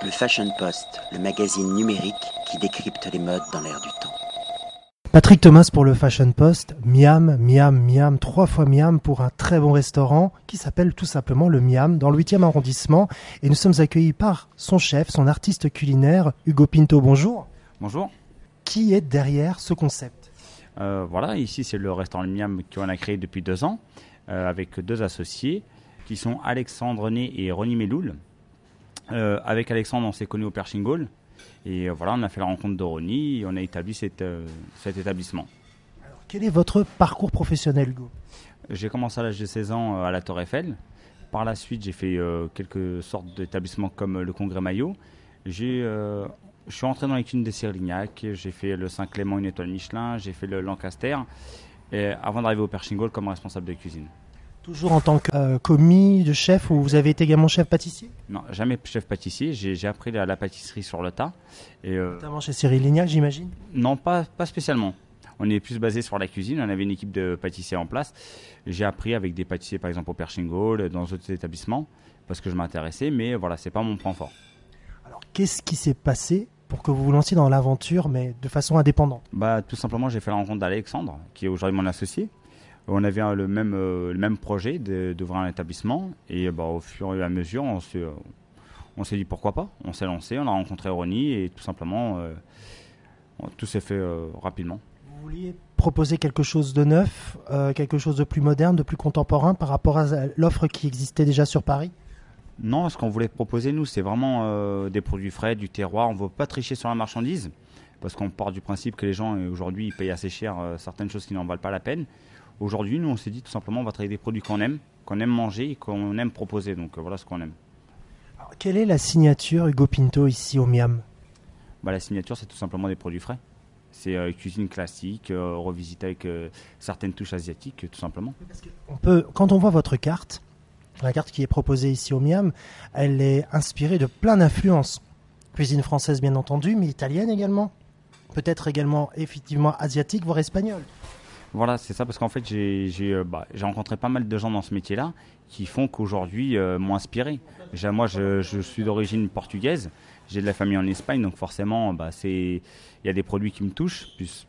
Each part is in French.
Le Fashion Post, le magazine numérique qui décrypte les modes dans l'air du temps. Patrick Thomas pour le Fashion Post. Miam, miam, miam, 3 fois miam pour un très bon restaurant qui s'appelle tout simplement le Miam dans le 8e arrondissement. Et nous sommes accueillis par son chef, son artiste culinaire, Hugo Pinto. Bonjour. Bonjour. Qui est derrière ce concept ? Voilà, ici c'est le restaurant Le Miam qu'on a créé depuis 2 ans avec 2 associés qui sont Alexandre Ney et Ronnie Meloul. Avec Alexandre, on s'est connus au Pershing Hall et voilà, on a fait la rencontre de Ronnie et on a établi cet établissement. Alors, quel est votre parcours professionnel, Hugo ? J'ai commencé à l'âge de 16 ans à la Tour Eiffel. Par la suite, j'ai fait quelques sortes d'établissements comme le Congrès Maillot. Je suis entré dans les cuisines de Cyril-Lignac, j'ai fait le Saint-Clément, une étoile Michelin, j'ai fait le Lancaster, et avant d'arriver au Pershing Hall comme responsable de cuisine. Toujours en tant que commis de chef, ou vous avez été également chef pâtissier ? Non, jamais chef pâtissier, j'ai appris la pâtisserie sur le tas. Et, notamment chez Cyril Lignac, j'imagine ? Non, pas spécialement. On est plus basé sur la cuisine, on avait une équipe de pâtissiers en place. J'ai appris avec des pâtissiers par exemple au Pershing Hall, dans d'autres établissements, parce que je m'intéressais, mais voilà, c'est pas mon point fort. Alors, qu'est-ce qui s'est passé pour que vous vous lanciez dans l'aventure, mais de façon indépendante ? Tout simplement, j'ai fait la rencontre d'Alexandre, qui est aujourd'hui mon associé. On avait le même projet d'ouvrir un établissement, et au fur et à mesure, on s'est dit pourquoi pas. On s'est lancé, on a rencontré Ronnie, et tout simplement, tout s'est fait rapidement. Vous vouliez proposer quelque chose de neuf, quelque chose de plus moderne, de plus contemporain par rapport à l'offre qui existait déjà sur Paris ? Non, ce qu'on voulait proposer, nous, c'est vraiment des produits frais, du terroir. On ne veut pas tricher sur la marchandise, parce qu'on part du principe que les gens, aujourd'hui, ils payent assez cher certaines choses qui n'en valent pas la peine. Aujourd'hui, nous, on s'est dit tout simplement, on va travailler des produits qu'on aime manger et qu'on aime proposer. Donc voilà ce qu'on aime. Alors, quelle est la signature Hugo Pinto ici au Miam ? La signature, c'est tout simplement des produits frais. C'est cuisine classique, revisitée avec certaines touches asiatiques, tout simplement. Quand on voit votre carte, la carte qui est proposée ici au Miam, elle est inspirée de plein d'influences. Cuisine française, bien entendu, mais italienne également. Peut-être également, effectivement, asiatique, voire espagnole. Voilà, c'est ça, parce qu'en fait, j'ai rencontré pas mal de gens dans ce métier-là qui font qu'aujourd'hui m'ont inspiré. Déjà, moi, je suis d'origine portugaise, j'ai de la famille en Espagne, donc forcément, il y a des produits qui me touchent,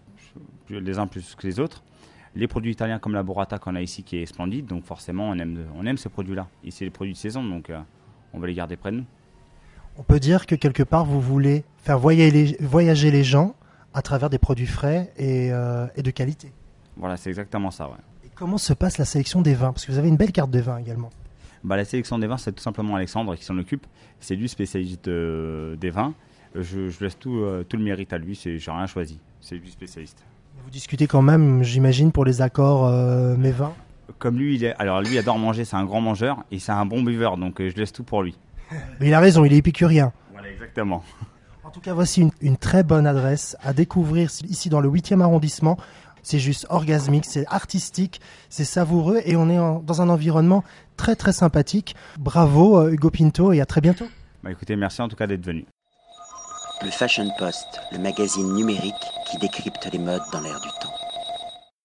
les uns plus que les autres. Les produits italiens comme la burrata qu'on a ici qui est splendide, donc forcément, on aime ces produits-là. Et c'est les produits de saison, donc on va les garder près de nous. On peut dire que quelque part, vous voulez faire voyager les gens à travers des produits frais et de qualité. Voilà, c'est exactement ça, ouais. Et comment se passe la sélection des vins ? Parce que vous avez une belle carte de vins également. La sélection des vins, c'est tout simplement Alexandre qui s'en occupe. C'est lui spécialiste des vins. Je laisse tout le mérite à lui, j'ai rien choisi. C'est lui spécialiste. Vous discutez quand même, j'imagine, pour les accords mes vins ? Comme lui, lui adore manger, c'est un grand mangeur et c'est un bon buveur, donc je laisse tout pour lui. Mais il a raison, il est épicurien. Voilà, exactement. En tout cas, voici une très bonne adresse à découvrir ici dans le 8e arrondissement. C'est juste orgasmique, c'est artistique, c'est savoureux et on est dans un environnement très très sympathique. Bravo Hugo Pinto et à très bientôt. Écoutez, merci en tout cas d'être venu. Le Fashion Post, le magazine numérique qui décrypte les modes dans l'air du temps.